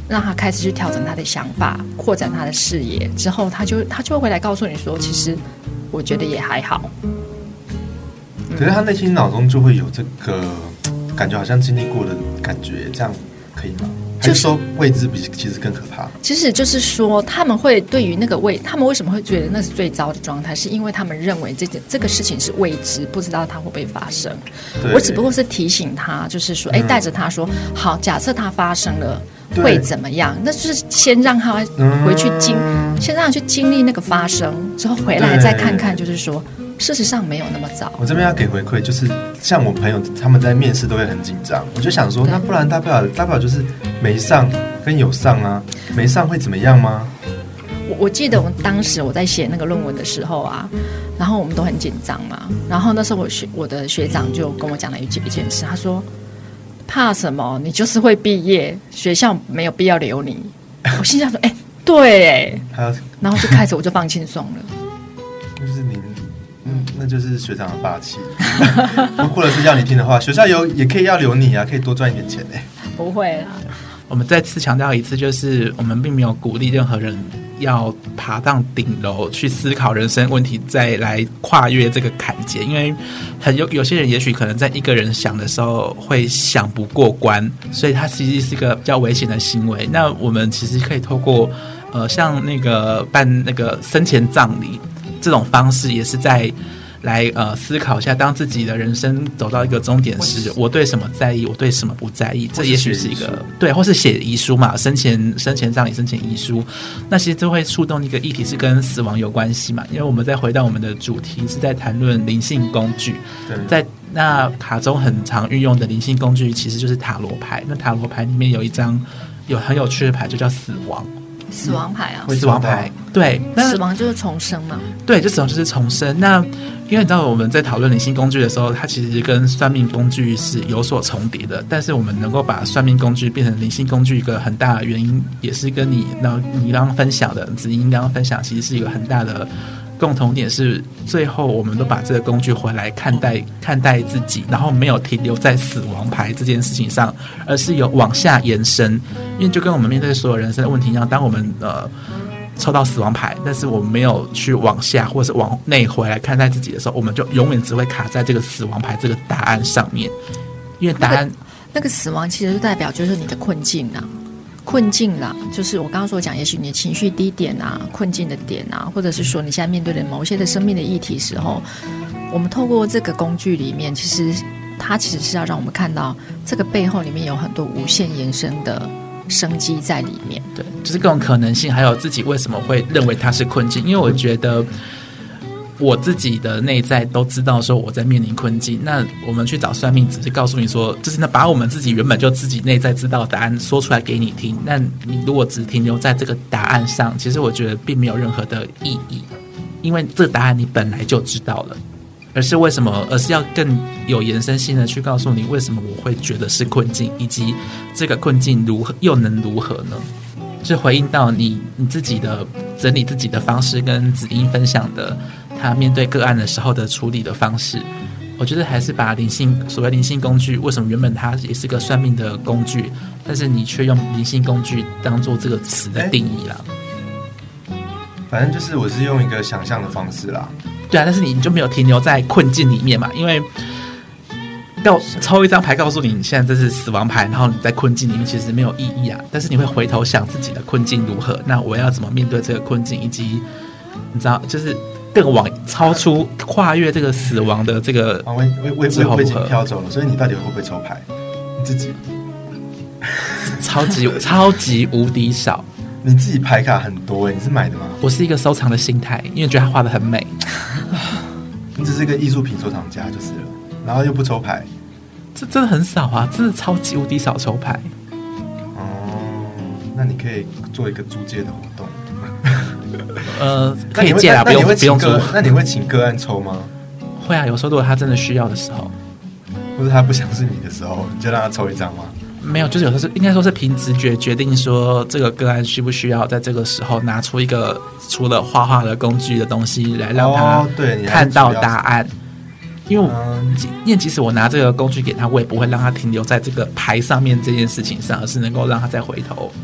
让他开始去调整他的想法，扩展他的视野，之后他就他就会回来告诉你说，其实我觉得也还好。 可是他内心脑中就会有这个感觉，好像经历过的感觉，这样可以吗？还是说未知比其实更可怕？ 其实就是说，他们会对于那个未，他们为什么会觉得那是最糟的状态，是因为他们认为这件这个事情是未知，不知道它会不会发生。我只不过是提醒他，就是说，哎、嗯，带着他说，好，假设它发生了。会怎么样？那就是先让他回去经，嗯、先让他去经历那个发生，之后回来再看看，就是说，事实上没有那么糟。 我这边要给回馈，就是像我朋友他们在面试都会很紧张，我就想说，那不然大不了大不了就是没上跟有上啊，没上会怎么样吗？ 我我记得我当时我在写那个论文的时候啊，然后我们都很紧张嘛，然后那时候我学我的学长就跟我讲了一件一件事，他说。怕什么？你就是会毕业，学校没有必要留你。我心想说，哎、欸，对，哎，然后就开始我就放轻松了。 就是你，嗯，那就是学长的霸气。或者是要你听的话，学校有也可以要留你啊，可以多赚一点钱哎。 不会啦。 我们再次强调一次，就是我们并没有鼓励任何人要爬上顶楼去思考人生问题，再来跨越这个坎阶。因为很有有些人也许可能在一个人想的时候会想不过关，所以它其实是一个比较危险的行为。那我们其实可以透过呃像那个办那个生前葬礼这种方式，也是在来呃思考一下，当自己的人生走到一个终点时，我对什么在意，我对什么不在意，这也许是一个对，或是写遗书嘛，生前生前葬礼、生前遗书，那其实就会触动一个议题，是跟死亡有关系嘛。因为我们再回到我们的主题，是在谈论灵性工具，在那卡中很常运用的灵性工具，其实就是塔罗牌。那塔罗牌里面有一张有很有趣的牌，就叫死亡。 死亡牌啊， 死亡牌，对， 死亡就是重生嘛， 对，就死亡就是重生。那因为你知道我们在讨论灵性工具的时候，它其实跟算命工具是有所重叠的，但是我们能够把算命工具变成灵性工具，一个很大的原因，也是跟你那你刚刚分享的子英刚刚分享，其实是一个很大的共同点，是最后我们都把这个工具回来看待看待自己，然后没有停留在死亡牌这件事情上，而是有往下延伸。因为就跟我们面对所有人生的问题一样，当我们呃抽到死亡牌，但是我们没有去往下或是往内回来看待自己的时候，我们就永远只会卡在这个死亡牌这个答案上面。因为答案、那个、 那个死亡其实就代表就是你的困境啊。困境啦，就是我刚刚所讲，也许你的情绪低点啊，困境的点啊，或者是说你现在面对的某些的生命的议题时候，我们透过这个工具里面，其实它其实是要让我们看到这个背后里面有很多无限延伸的生机在里面。 对，就是各种可能性，还有自己为什么会认为它是困境。因为我觉得我自己的内在都知道说我在面临困境，那我们去找算命只是告诉你说，就是把我们自己原本就自己内在知道的答案说出来给你听。那你如果只停留在这个答案上，其实我觉得并没有任何的意义，因为这个答案你本来就知道了。而是为什么？而是要更有延伸性的去告诉你，为什么我会觉得是困境，以及这个困境如何又能如何呢？是回应到你你自己的整理自己的方式，跟子英分享的他面对个案的时候的处理的方式。我觉得还是把灵性所谓灵性工具，为什么原本它也是个算命的工具，但是你却用灵性工具当做这个词的定义啦。 反正就是我是用一个想象的方式啦。 对啊，但是你就没有停留在困境里面嘛？因为要抽一张牌告诉你，你现在这是死亡牌，然后你在困境里面其实没有意义啊。但是你会回头想自己的困境如何，那我要怎么面对这个困境，以及你知道，就是更往超出跨越这个死亡的这个我我我我已经飘走了，所以你到底会不会抽牌？你自己超级超级无敌少。 你自己牌卡很多耶，你是买的吗？ 我是一个收藏的心态，因为觉得它画得很美。 你只是一个艺术品收藏家就是了，然后又不抽牌， 这真的很少啊，真的超级无敌少抽牌。 哦，那你可以做一个租借的活动。 呃，可以借啦，不用不用租。 那你会请个案抽吗？ 会啊，有时候如果他真的需要的时候， 或者他不想是你的时候，你就让他抽一张吗？ 没有，就是有时候是应该说是凭直觉决定说这个个案需不需要在这个时候拿出一个除了画画的工具的东西来让他看到答案。哦、因为我、嗯、因为即使我拿这个工具给他，我也不会让他停留在这个牌上面这件事情上，而是能够让他再回头。 我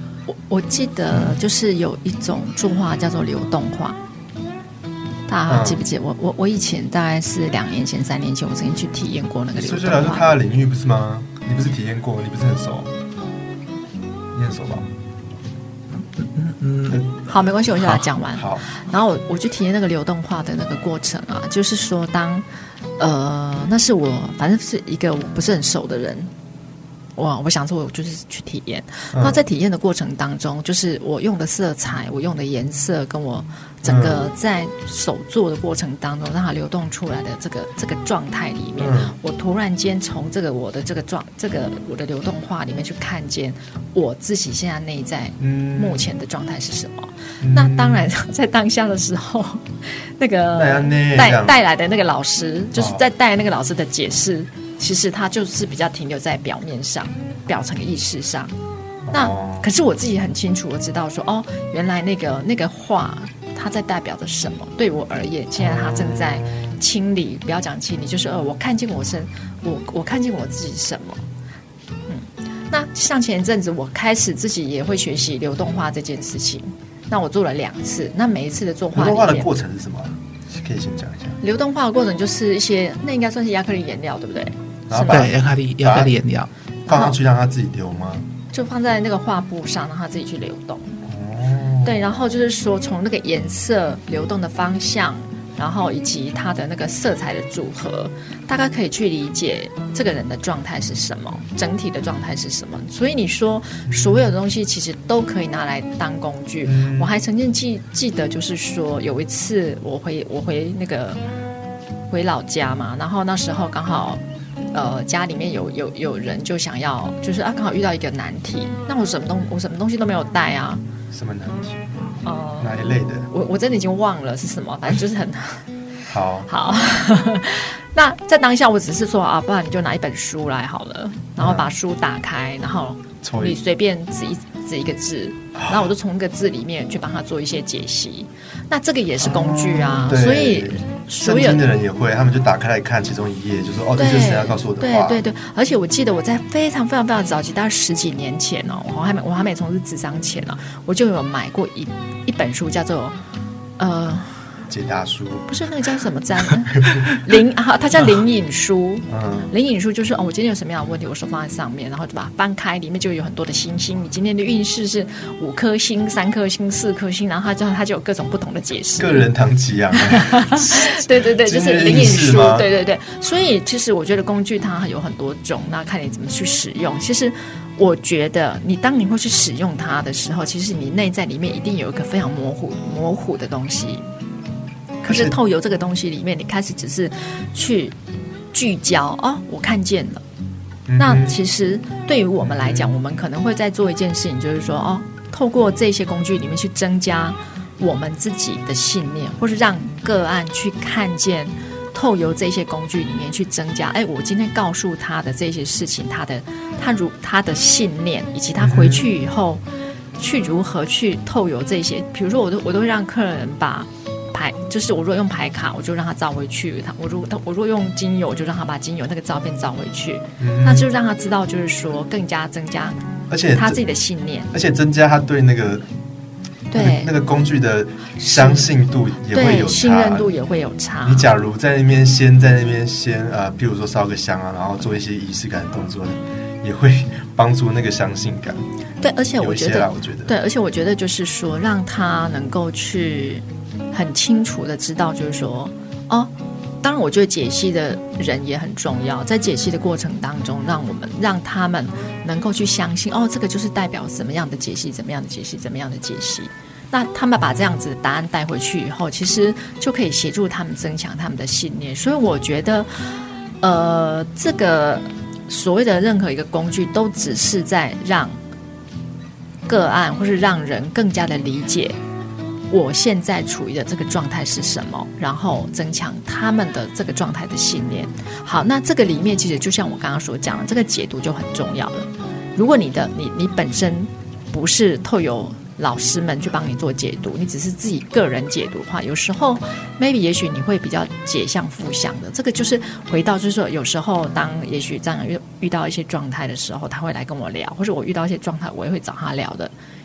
我记得就是有一种作画叫做流动画，大家记不记得？我我我以前大概是两年前、三年前，我曾经去体验过那个流动画。 所以来说，他的领域不是吗？你不是体验过？你不是很熟？你很熟吧？ 嗯嗯， 好，没关系，我先把它讲完。 好， 然后我我去体验那个流动画的那个过程啊，就是说当呃，那是我反正是一个我不是很熟的人。哇！我想说，我就是去体验。那在体验的过程当中，就是我用的色彩、我用的颜色，跟我整个在手做的过程当中，让它流动出来的这个这个状态里面，嗯、我突然间从这个我的这个状这个我的流动画里面去看见我自己现在内在目前的状态是什么。嗯、那当然，在当下的时候，那个带带来的那个老师，就是在带那个老师的解释。哦，其实它就是比较停留在表面上、表层意识上。那可是我自己很清楚，我知道说，哦，原来那个那个画它在代表着什么。对我而言，现在它正在清理，不要讲清理，就是呃，我看见我身，我我看见我自己什么。嗯，那像前一阵子，我开始自己也会学习流动画这件事情。那我做了两次，那每一次的作画， 流动画的过程是什么？可以先讲一下。 流动画的过程就是一些，那应该算是亚克力颜料，对不对？ 对，亚克力亚克力颜料放上去让它自己流吗？ 就放在那个画布上，让它自己去流动。哦，对，然后就是说从那个颜色流动的方向，然后以及它的那个色彩的组合，大概可以去理解这个人的状态是什么，整体的状态是什么。所以你说所有的东西其实都可以拿来当工具。嗯、我还曾经记记得，就是说有一次我回我回那个回老家嘛，然后那时候刚好。呃，家里面有有有人就想要，就是啊，刚好遇到一个难题，那我什么东我什么东西都没有带啊。 什么难题？ 呃， 哪一类的？ 我我真的已经忘了是什么，反正就是很好好。那在当下，我只是说啊，不然你就拿一本书来好了，然后把书打开，然后你随便指一指一个字，然后我就从那个字里面去帮他做一些解析。那这个也是工具啊，哦、所以。 圣经的人也会，他们就打开来看其中一页，就说哦，这就是神要告诉我的话。 对对对，而且我记得我在非常非常非常早期，大概十几年前哦，我还没我还没从事諮商前哦，我就有买过一一本书，叫做呃解答书， 不是那个叫什么占灵啊，它叫灵隐书。嗯，灵隐书就是哦，我今天有什么样的问题，我手放在上面，然后就把它翻开，里面就有很多的星星。你今天的运势是五颗星、三颗星、四颗星，然后它就它就有各种不同的解释。 个人唐吉啊， 对对对，就是灵隐书，对对对。所以其实我觉得工具它有很多种，那看你怎么去使用。其实我觉得你当你会去使用它的时候，其实你内在里面一定有一个非常模糊模糊的东西。可是透由这个东西里面，你开始只是去聚焦哦，我看见了。嗯、那其实对于我们来讲，我们可能会在做一件事情，就是说哦，透过这些工具里面去增加我们自己的信念，或是让个案去看见，透由这些工具里面去增加。哎，我今天告诉他的这些事情，他的他如他的信念，以及他回去以后、嗯、去如何去透由这些，比如说我都我都会让客人把。牌就是我如果用牌卡，我就让他照回去。他我如果他我如果用精油，我就让他把精油那个照片照回去。嗯、那就让他知道，就是说更加增加，而且他自己的信念， 而且增加他对那个对、那个、那个工具的相信度也会有差， 信任度也会有差。 你假如在那边先在那边先呃，譬如说烧个香啊，然后做一些仪式感的动作，也会帮助那个相信感。 对，而且我觉得， 我觉得对，而且我觉得就是说，让他能够去。很清楚的知道，就是说，哦，当然，我觉得解析的人也很重要。在解析的过程当中，让我们让他们能够去相信，哦，这个就是代表怎么样的解析，怎么样的解析，怎么样的解析。那他们把这样子的答案带回去以后，其实就可以协助他们增强他们的信念。所以我觉得，呃，这个所谓的任何一个工具，都只是在让个案或是让人更加的理解。我现在处于的这个状态是什么，然后增强他们的这个状态的信念。好，那这个里面其实就像我刚刚所讲的，这个解读就很重要了。如果你的你你本身不是透由老师们去帮你做解读，你只是自己个人解读的话，有时候 maybe 也许你会比较解向负向的。这个就是回到就是说，有时候当也许这样遇遇到一些状态的时候，他会来跟我聊，或者我遇到一些状态，我也会找他聊的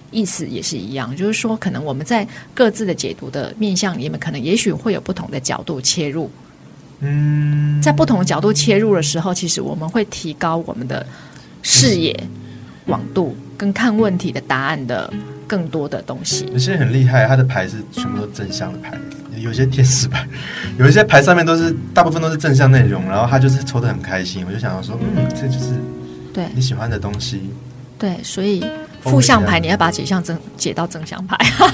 意思也是一样，就是说可能我们在各自的解读的面向里面，可能也许会有不同的角度切入。嗯，在不同的角度切入的时候，其实我们会提高我们的视野广度，跟看问题的答案的更多的东西。 有些人很厉害，他的牌是全部都正向的牌，有些天使牌，有一些牌上面都是大部分都是正向内容，然后他就是抽得很开心。我就想要说，嗯，这就是对你喜欢的东西。 对，所以负向牌你要把它解向正解到正向牌。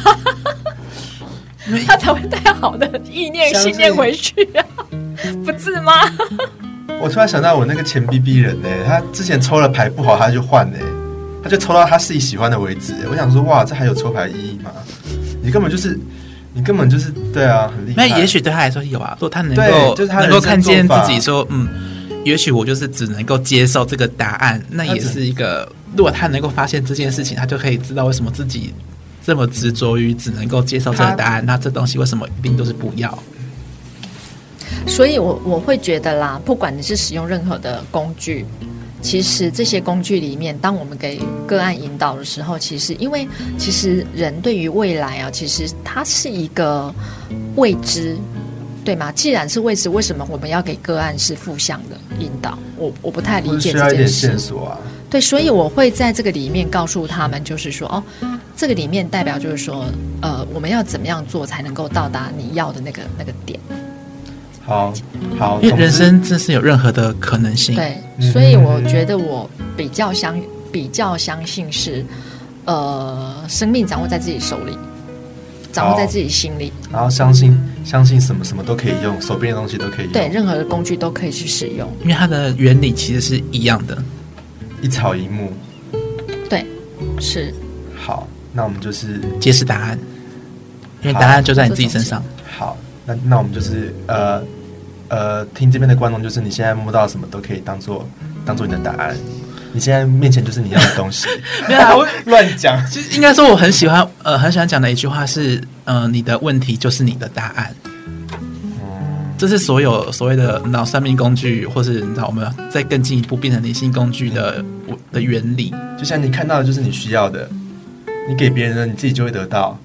他才会带好的意念信念回去啊，不是吗？ 我突然想到我那个前 B B 人呢、欸，他之前抽了牌不好，他就换呢、欸，他就抽到他自己喜欢的为止、欸。我想说，哇，这还有抽牌意义吗？你根本就是，你根本就是对啊，很厉害。 那也许对他来说有啊，如果他能够、就是、他能够看见自己说，嗯，也许我就是只能够接受这个答案，那也是一个。如果他能够发现这件事情，他就可以知道为什么自己这么执着于只能够接受这个答案，那这东西为什么一定都是不要？ 所以我我会觉得啦，不管你是使用任何的工具，其实这些工具里面，当我们给个案引导的时候，其实因为其实人对于未来啊，其实它是一个未知，对吗？既然是未知，为什么我们要给个案是负向的引导？我我不太理解这件事。需要一点线索啊。 对，所以我会在这个里面告诉他们，就是说，哦，这个里面代表就是说，呃，我们要怎么样做才能够到达你要的那个那个点。 好，好， 因为人生真是有任何的可能性。 对，所以我觉得我比较相比较相信是，呃，生命掌握在自己手里，掌握在自己心里， 然后相信相信什么什么都可以用，手边的东西都可以用， 对，任何的工具都可以去使用， 因为它的原理其实是一样的， 一草一木。 对，是。 好，那我们就是揭示答案，因为答案就在你自己身上。 好，那那我们就是呃。呃，听这边的观众，就是你现在摸到什么都可以当做当做你的答案。你现在面前就是你要的东西， 没有啊，我乱讲。 其实应该说，我很喜欢呃，很喜欢讲的一句话是，呃，你的问题就是你的答案。嗯，这是所有所谓的脑算命工具，或是你知道我们再更进一步变成理性工具的的原理。 就像你看到的就是你需要的，你给别人的，你自己就会得到。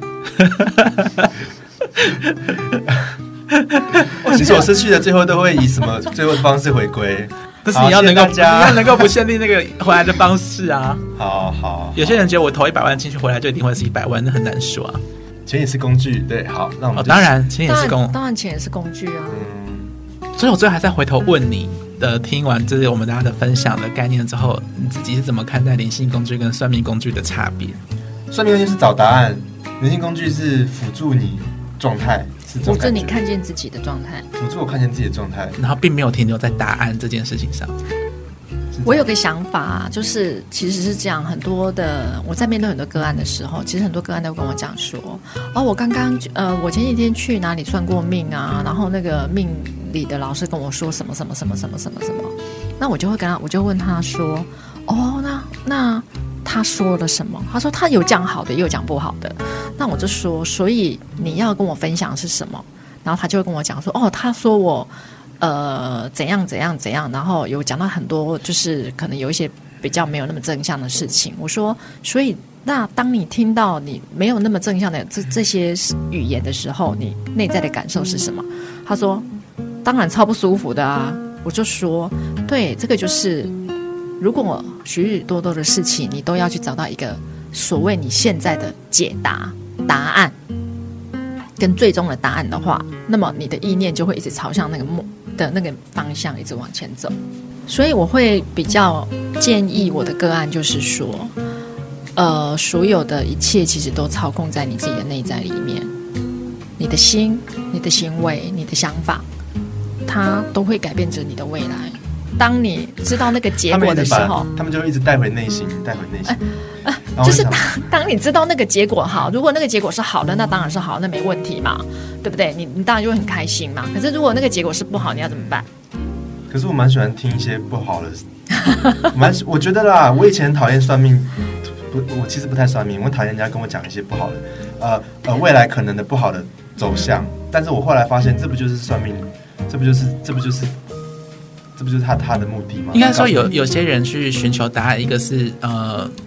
你所失去的，最后都会以什么最后的方式回归？ 但是你要能够，你要能够不限定那个回来的方式啊。 好好， 有些人觉得我投一百万进去，回来就一定会是一百万，那很难说啊。 钱也是工具，对，好，那我们、 哦、当然钱也是工， 当然钱也是工具啊。 嗯，所以我最后还在回头问你的，听完就是我们大家的分享的概念之后，你自己是怎么看待灵性工具跟算命工具的差别？ 算命工具是找答案，灵性工具是辅助你状态。 辅助你看见自己的状态， 辅助我看见自己的状态， 然后并没有停留在答案这件事情上。 我有个想法，就是其实是这样，很多的我在面对很多个案的时候，其实很多个案都跟我讲说，哦，我刚刚呃，我前几天去哪里算过命啊，然后那个命理的老师跟我说什么什么什么什么什么什么，那我就会跟他，我就问他说，哦，那那。他说了什么？他说他有讲好的，也有讲不好的。那我就说，所以你要跟我分享是什么？然后他就会跟我讲说，哦，他说我呃怎样怎样怎样，然后有讲到很多，就是可能有一些比较没有那么正向的事情。我说，所以那当你听到你没有那么正向的这这些语言的时候，你内在的感受是什么？他说，当然超不舒服的啊。我就说，对，这个就是。如果许许多多的事情你都要去找到一个所谓你现在的解答答案跟最终的答案的话，那么你的意念就会一直朝向那个目的那个方向一直往前走。所以我会比较建议我的个案就是说，呃，所有的一切其实都操控在你自己的内在里面，你的心、你的行为、你的想法，它都会改变着你的未来。当你知道那个结果的时候， 他们, 他们就会一直带回内心，带回内心。 呃呃、就是当当你知道那个结果好，如果那个结果是好的，那当然是好，那没问题嘛，对不对？你你当然就会很开心嘛。可是如果那个结果是不好，你要怎么办？ 可是我蛮喜欢听一些不好的，蛮我觉得啦，我以前讨厌算命，不，我其实不太算命，我讨厌人家跟我讲一些不好的，呃呃，未来可能的不好的走向。但是我后来发现，这不就是算命？这不就是这不就是？这不就是他他的目的吗？ 应该说有有些人去寻求答案，一个是呃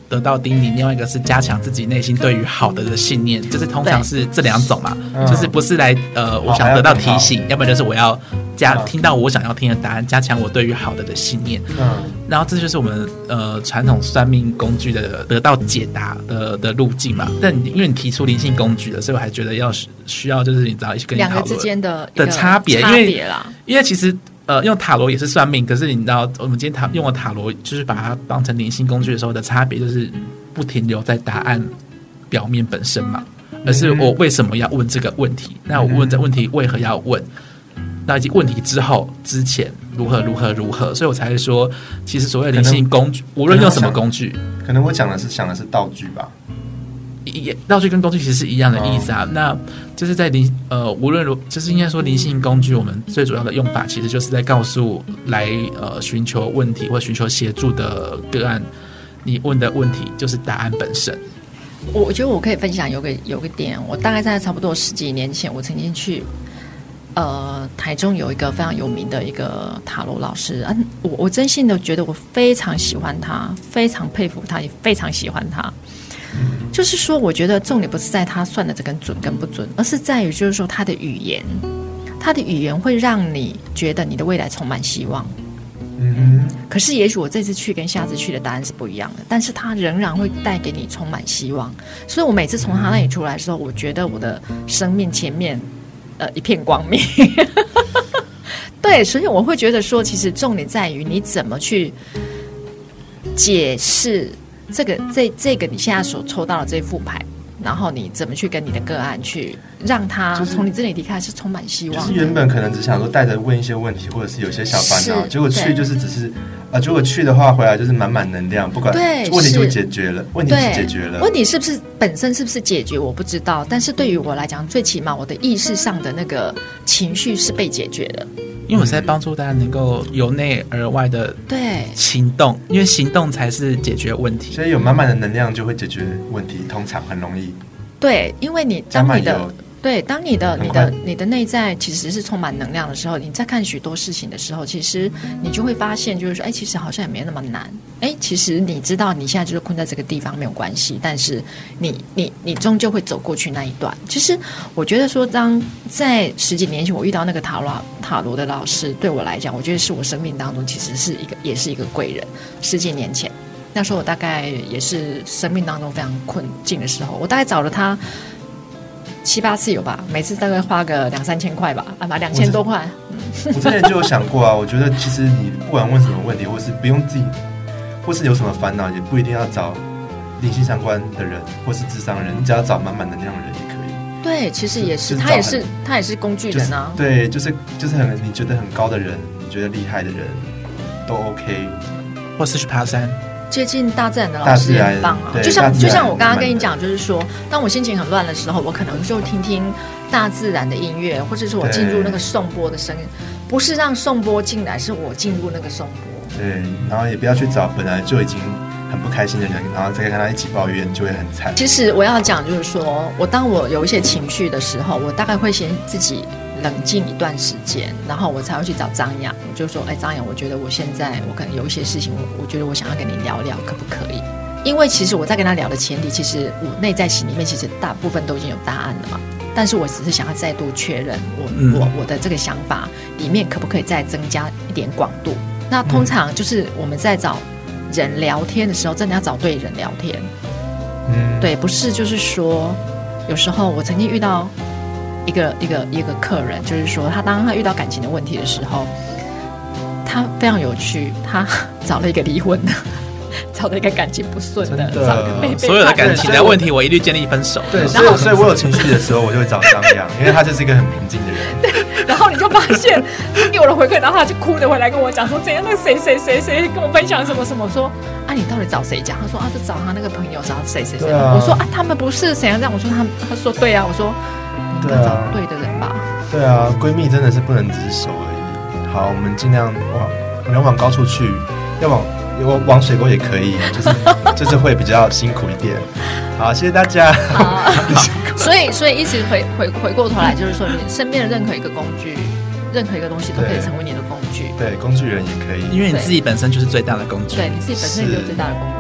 得到叮咛，另外一个是加强自己内心对于好的的信念，就是通常是这两种嘛，就是不是来呃我想得到提醒，要不然就是我要加听到我想要听的答案，加强我对于好的的信念。嗯，然后这就是我们呃传统算命工具的得到解答的的路径嘛。但因为你提出灵性工具了，所以我还觉得要需要就是你知道一起跟你讨论两个之间的的差别， 差别啦。 因为因为其实。呃，用塔罗也是算命，可是你知道，我们今天塔用了塔罗，就是把它当成灵性工具的时候的差别，就是不停留在答案表面本身嘛，而是我为什么要问这个问题？那我问这问题为何要问？那以及问题之后、之前如何如何如何？所以我才会说，其实所谓灵性工具，无论用什么工具， 可能我讲的是想的是道具吧。 道具跟工具其实是一样的意思啊，哦、那就是在灵呃，无论如就是应该说灵性工具，我们最主要的用法其实就是在告诉来呃寻求问题或寻求协助的个案，你问的问题就是答案本身。 我我觉得我可以分享有个有个点，我大概在差不多十几年前，我曾经去呃台中有一个非常有名的一个塔罗老师，嗯、啊，我我真心的觉得我非常喜欢他，非常佩服他，也非常喜欢他。就是说我觉得重点不是在他算的这根准跟不准，而是在于就是说他的语言他的语言会让你觉得你的未来充满希望。嗯，可是也许我这次去跟下次去的答案是不一样的，但是他仍然会带给你充满希望。所以我每次从他那里出来的时候，我觉得我的生命前面呃一片光明对，所以我会觉得说其实重点在于你怎么去解释这个这这个你现在所抽到的这副牌，然后你怎么去跟你的个案去让他从你这里离开是充满希望的。 就是原本可能只想说带着问一些问题，或者是有些小烦恼，结果去就是只是啊，结果去的话回来就是满满能量，不管问题就解决了，问题是解决了。 问题是不是本身是不是解决我不知道，但是对于我来讲，最起码我的意识上的那个情绪是被解决的。 因为我是在帮助大家能够由内而外的对行动，因为行动才是解决问题。 所以有满满的能量就会解决问题，通常很容易。 对，因为你当你的对当你的你的你的内在其实是充满能量的时候，你在看许多事情的时候，其实你就会发现，就是说，哎，其实好像也没那么难。哎，其实你知道你现在就是困在这个地方没有关系，但是你你你终究会走过去那一段。其实我觉得说，当在十几年前我遇到那个塔罗塔罗的老师，对我来讲，我觉得是我生命当中其实是一个也是一个贵人。十几年前，那时候我大概也是生命当中非常困境的时候，我大概找了他七八次有吧，每次大概花个两三千块吧，啊，两千多块。 我之前就有想过啊，我觉得其实你不管问什么问题，或是不用自己，或是有什么烦恼，也不一定要找灵性相关的人，或是智商人，你只要找满满能量的人也可以。 对，其实也是，他也是他也是工具人啊。 就是、对，就是就是很你觉得很高的人，你觉得厉害的人都 OK， 或是去爬山。 接近大自然的老师也很棒啊，就像就像我刚刚跟你讲，就是说，当我心情很乱的时候，我可能就听听大自然的音乐，或者是我进入那个颂钵的声音，不是让颂钵进来，是我进入那个颂钵。 对，然后也不要去找本来就已经很不开心的人，然后再跟他一起抱怨，就会很惨。 其实我要讲就是说，我当我有一些情绪的时候，我大概会先自己冷静一段时间，然后我才会去找张扬，我就说，哎，张扬，我觉得我现在我可能有一些事情，我我觉得我想要跟你聊聊，可不可以？因为其实我在跟他聊的前提，其实我内在心里面其实大部分都已经有答案了嘛，但是我只是想要再度确认我、嗯、我我的这个想法里面可不可以再增加一点广度。那通常就是我们在找人聊天的时候，真的要找对人聊天。嗯，对，不是就是说，有时候我曾经遇到一个一个一个客人，就是说他当他遇到感情的问题的时候，他非常有趣，他找了一个离婚的，找了一个感情不顺的， 的找了一个被所有的感情的问题，我一律建议分手。 对，所以所以我有情绪的时候，我就会找张扬，因为他就是一个很平静的人。 对，然后你就发现他给我的回馈，然后他就哭着回来跟我讲说，怎样那个谁谁谁谁跟我分享什么什么，我说啊，你到底找谁讲？他说啊，就找他那个朋友，找谁谁谁。啊、我说啊，他们不是怎样这样？我说他，他说对啊，我说你应该找对的人吧。 对啊，闺蜜真的是不能只是熟而已。好，我们尽量往能往高处去，要往。往水沟也可以，就是就是会比较辛苦一点。好，谢谢大家。 好，所以所以一直回回回过头来，就是说，你身边的任何一个工具，任何一个东西都可以成为你的工具。 对，工具人也可以， 因为你自己本身就是最大的工具。 对，你自己本身就是最大的工具。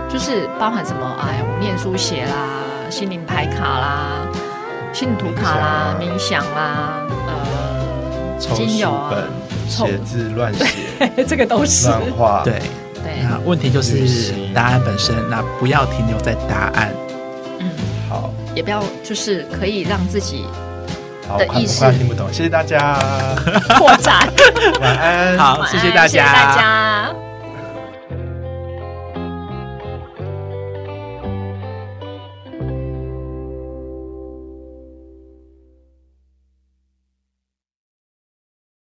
就是包含什么？哎，我念书写啦，心灵牌卡啦，心灵图卡啦，冥想啦，呃， 抽精油啊， 写字乱写， 这个都是乱画， 对对。 那问题就是答案本身，那不要停留在答案。 嗯， 好， 也不要就是可以让自己好， 的意识我快听不懂，谢谢大家， 扩展。 晚安， 好，谢谢大家， 谢谢大家。